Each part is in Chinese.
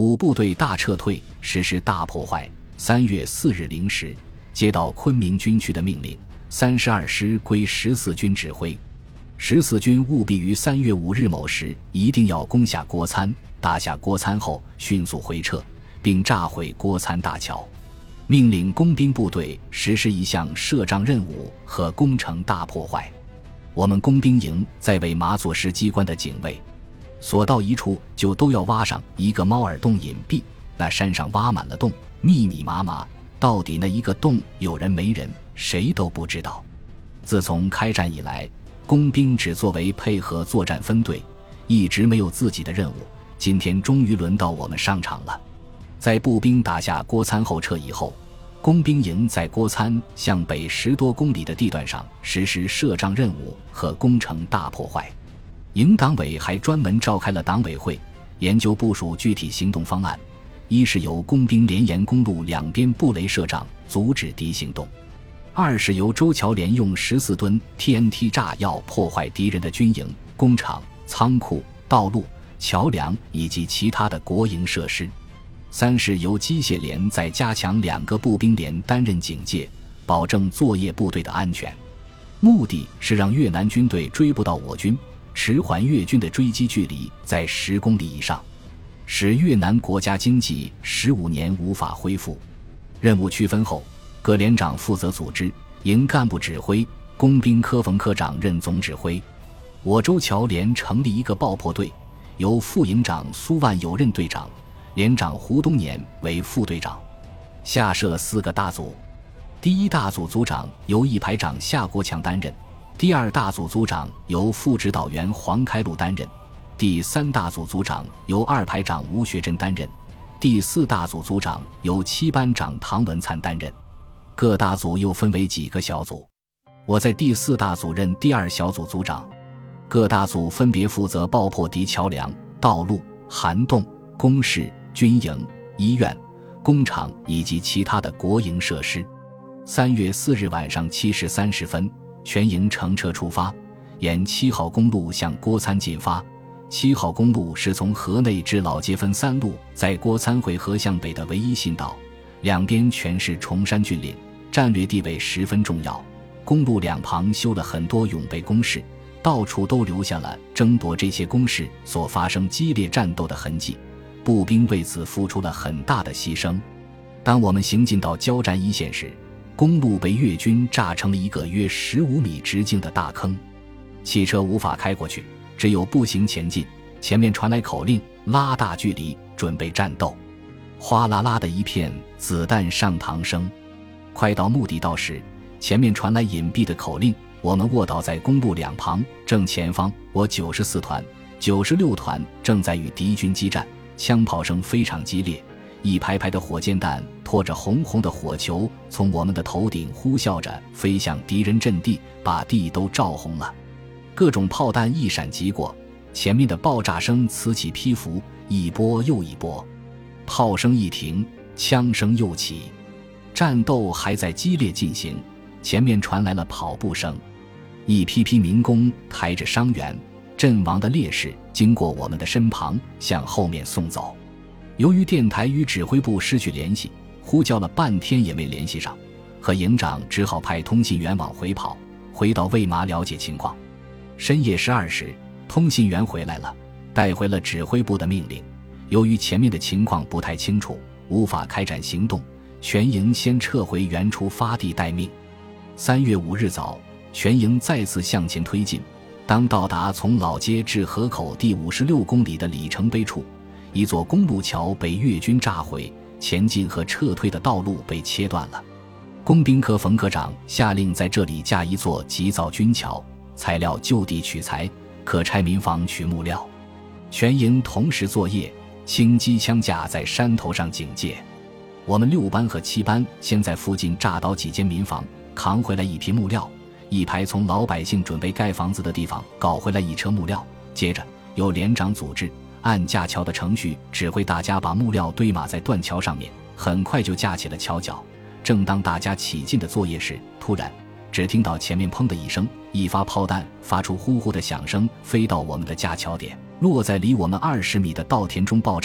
5部队大撤退，实施大破坏。3月4日0时，接到昆明军区的命令，32师归14军指挥。14军务必于3月5日某时一定要攻下郭参，打下郭参后迅速回撤，并炸毁郭参大桥。命令工兵部队实施一项设障任务和攻城大破坏。我们工兵营在为麻作师机关的警卫，所到一处就都要挖上一个猫耳洞隐蔽，那山上挖满了洞，密密麻麻，到底那一个洞有人没人，谁都不知道。自从开战以来，工兵只作为配合作战分队，一直没有自己的任务，今天终于轮到我们上场了。在步兵打下郭参后撤以后，工兵营在郭参向北10多公里的地段上实施设障任务和攻城大破坏。营党委还专门召开了党委会，研究部署具体行动方案。一是由工兵连沿公路两边布雷设障，阻止敌行动；二是由周桥连用14吨 TNT 炸药破坏敌人的军营、工厂、仓库、道路、桥梁以及其他的国营设施；三是由机械连再加强2个步兵连担任警戒，保证作业部队的安全。目的是让越南军队追不到我军，迟缓越军的追击距离在10公里以上，使越南国家经济15年无法恢复。任务区分后，各连长负责组织，营干部指挥，工兵科冯科长任总指挥。我周桥连成立一个爆破队，由副营长苏万友任队长，连长胡东年为副队长，下设4个大组。第一大组组长由一排长夏国强担任，第二大组组长由副指导员黄开禄担任，第3大组组长由2排长吴学珍担任，第4大组组长由7班长唐文灿担任。各大组又分为几个小组，我在第4大组任第2小组组长。各大组分别负责爆破敌桥梁、道路、涵洞、工事、军营、医院、工厂以及其他的国营设施。3月4日晚上7时30分，全营乘车出发，沿7号公路向郭参进发。7号公路是从河内至老街分3路在郭参汇合向北的唯一信道，两边全是崇山峻岭，战略地位十分重要。公路两旁修了很多永备工事，到处都留下了争夺这些工事所发生激烈战斗的痕迹，步兵为此付出了很大的牺牲。当我们行进到交战一线时，公路被越军炸成了一个约15米直径的大坑，汽车无法开过去，只有步行前进。前面传来口令，拉大距离，准备战斗。哗啦啦的一片子弹上膛声。快到目的道时，前面传来隐蔽的口令，我们卧倒在公路两旁，正前方我94团、96团正在与敌军激战，枪炮声非常激烈，一排排的火箭弹拖着红红的火球从我们的头顶呼啸着飞向敌人阵地，把地都照红了。各种炮弹一闪即过，前面的爆炸声此起彼伏，一波又一波，炮声一停，枪声又起，战斗还在激烈进行。前面传来了跑步声，一批批民工抬着伤员、阵亡的烈士经过我们的身旁，向后面送走。由于电台与指挥部失去联系，呼叫了半天也没联系上，和营长只好派通信员往回跑，回到魏麻了解情况。深夜12时，通信员回来了，带回了指挥部的命令。由于前面的情况不太清楚，无法开展行动，全营先撤回原出发地待命。3月5日早，全营再次向前推进，当到达从老街至河口第56公里的里程碑处，一座公路桥被越军炸毁，前进和撤退的道路被切断了。工兵科冯科长下令在这里架一座急造军桥，材料就地取材，可拆民房取木料。全营同时作业，轻机枪架在山头上警戒。我们6班和7班先在附近炸倒几间民房，扛回来一批木料，一排从老百姓准备盖房子的地方搞回来一车木料，接着由连长组织按架桥的程序指挥大家把木料堆码在断桥上面，很快就架起了桥脚。正当大家起劲的作业时，突然只听到前面砰的一声，一发炮弹发出呼呼的响声，飞到我们的架桥点，落在离我们20米的稻田中爆炸，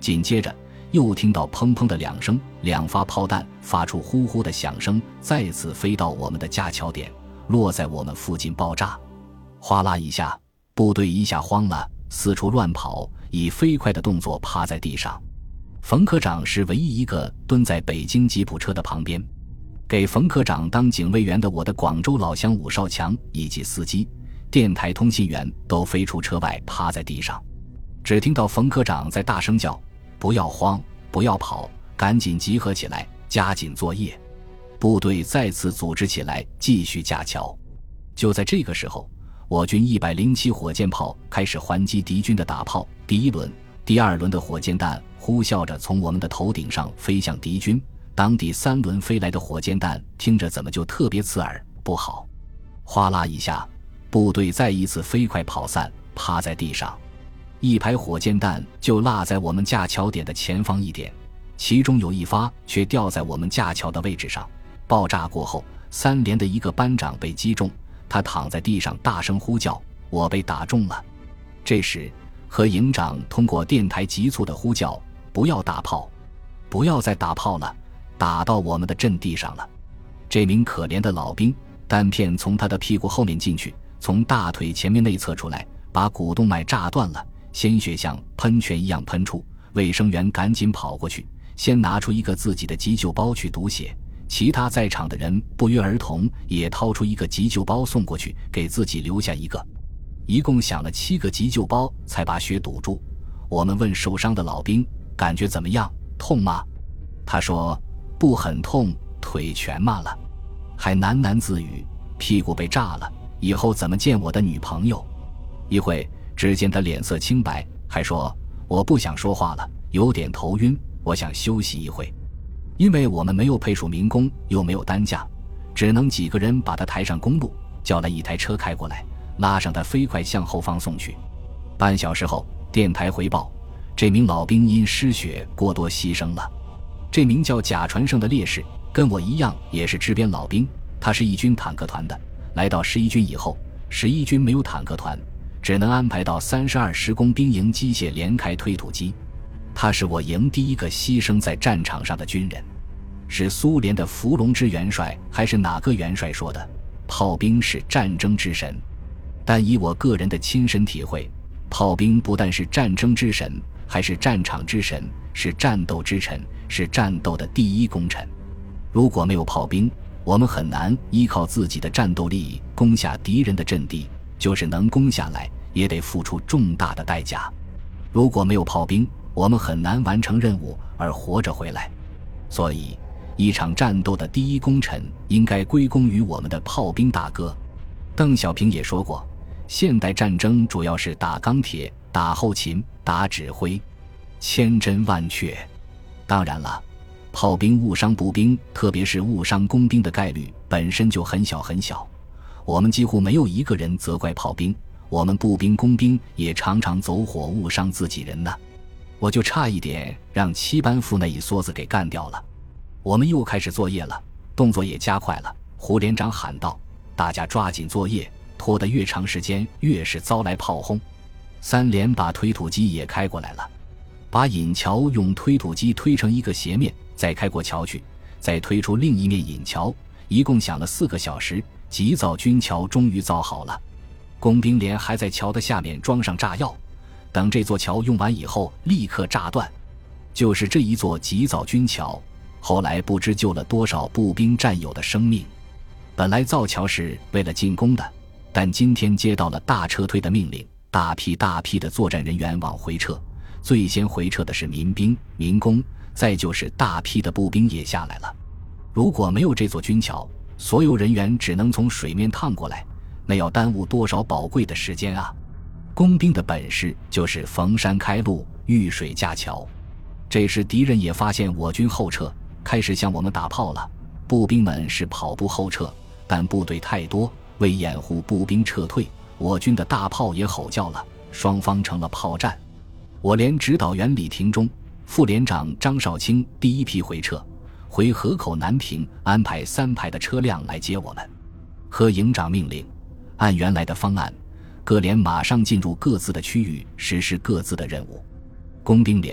紧接着又听到砰砰的2声，2发炮弹发出呼呼的响声，再次飞到我们的架桥点，落在我们附近爆炸。哗啦一下，部队一下慌了，四处乱跑，以飞快的动作趴在地上。冯科长是唯一一个蹲在北京吉普车的旁边。给冯科长当警卫员的我的广州老乡武少强以及司机、电台通信员都飞出车外，趴在地上。只听到冯科长在大声叫：不要慌，不要跑，赶紧集合起来，加紧作业。部队再次组织起来，继续架桥。就在这个时候，我军107火箭炮开始还击敌军的大炮，第1轮、第2轮的火箭弹呼啸着从我们的头顶上飞向敌军，当第3轮飞来的火箭弹听着怎么就特别刺耳，不好。哗啦一下，部队再一次飞快跑散，趴在地上。一排火箭弹就落在我们架桥点的前方一点，其中有1发却掉在我们架桥的位置上。爆炸过后，3连的一个班长被击中，他躺在地上大声呼叫：我被打中了。这时何营长通过电台急促地呼叫：不要打炮，不要再打炮了，打到我们的阵地上了。这名可怜的老兵，弹片从他的屁股后面进去，从大腿前面内侧出来，把股动脉炸断了，鲜血像喷泉一样喷出。卫生员赶紧跑过去，先拿出一个自己的急救包去堵血，其他在场的人不约而同也掏出一个急救包送过去，给自己留下一个。一共响了7个急救包才把血堵住。我们问受伤的老兵感觉怎么样，痛吗？他说不很痛，腿全麻了，还喃喃自语屁股被炸了，以后怎么见我的女朋友。一会只见他脸色清白，还说我不想说话了，有点头晕，我想休息一会。因为我们没有配属民工，又没有担架，只能几个人把他抬上公路，叫来一台车开过来，拉上他飞快向后方送去。半小时后，电台回报，这名老兵因失血过多牺牲了。这名叫贾传胜的烈士跟我一样也是支边老兵，他是1军坦克团的，来到11军以后，11军没有坦克团，只能安排到32师工兵营机械连开推土机。他是我营第一个牺牲在战场上的军人，是苏联的伏龙芝元帅还是哪个元帅说的，炮兵是战争之神。但以我个人的亲身体会，炮兵不但是战争之神，还是战场之神，是战斗之臣，是战斗的第一功臣。如果没有炮兵，我们很难依靠自己的战斗力攻下敌人的阵地，就是能攻下来也得付出重大的代价。如果没有炮兵，我们很难完成任务而活着回来。所以一场战斗的第一功臣应该归功于我们的炮兵大哥。邓小平也说过，现代战争主要是打钢铁、打后勤、打指挥，千真万确。当然了，炮兵误伤步兵，特别是误伤工兵的概率本身就很小很小，我们几乎没有一个人责怪炮兵，我们步兵工兵也常常走火误伤自己人呢。我就差一点让7班副那一梭子给干掉了。我们又开始作业了，动作也加快了。胡连长喊道：大家抓紧作业，拖得越长时间越是遭来炮轰。3连把推土机也开过来了，把引桥用推土机推成一个斜面，再开过桥去，再推出另一面引桥，一共响了4个小时，急造军桥终于造好了。工兵连还在桥的下面装上炸药，等这座桥用完以后立刻炸断。就是这一座急造军桥，后来不知救了多少步兵战友的生命。本来造桥是为了进攻的，但今天接到了大撤退的命令，大批的作战人员往回撤，最先回撤的是民兵、民工，再就是大批的步兵也下来了。如果没有这座军桥，所有人员只能从水面趟过来，那要耽误多少宝贵的时间啊！工兵的本事就是逢山开路，遇水架桥。这时敌人也发现我军后撤，开始向我们打炮了。步兵们是跑步后撤，但部队太多，为掩护步兵撤退，我军的大炮也吼叫了，双方成了炮战。我连指导员李廷忠、副连长张少卿第一批回撤，回河口南平安排3排的车辆来接我们。何营长命令，按原来的方案，各连马上进入各自的区域，实施各自的任务。工兵连、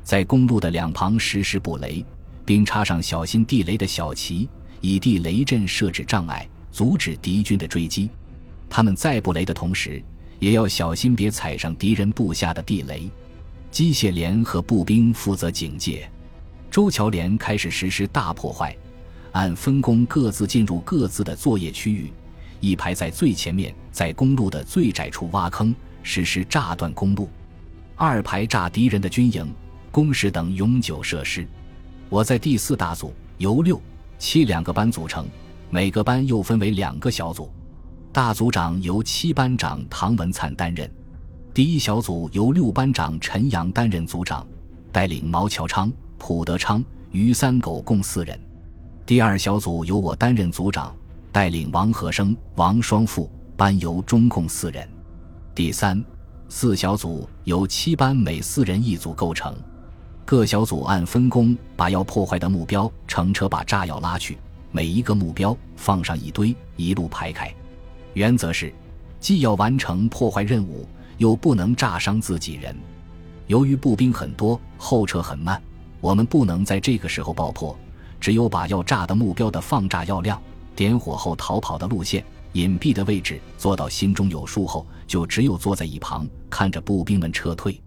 在公路的两旁实施布雷，并插上小心地雷的小旗，以地雷阵设置障碍，阻止敌军的追击。他们在布雷的同时，也要小心别踩上敌人布下的地雷。机械连和步兵负责警戒。周桥连开始实施大破坏，按分工各自进入各自的作业区域，一排在最前面，在公路的最窄处挖坑，实施炸断公路；二排炸敌人的军营、工事等永久设施。我在第4大组，由6、7两个班组成，每个班又分为2个小组。大组长由7班长唐文灿担任，第一小组由6班长陈阳担任组长，带领毛乔昌、蒲德昌、于三狗共4人。第二小组由我担任组长，带领王和生、王双富，班由中共4人。第3、4小组由7班每4人一组构成，各小组按分工把要破坏的目标乘车把炸药拉去，每一个目标放上一堆，一路排开。原则是既要完成破坏任务，又不能炸伤自己人。由于步兵很多，后撤很慢，我们不能在这个时候爆破，只有把要炸的目标的放炸药量、点火后逃跑的路线、隐蔽的位置做到心中有数后，就只有坐在一旁看着步兵们撤退。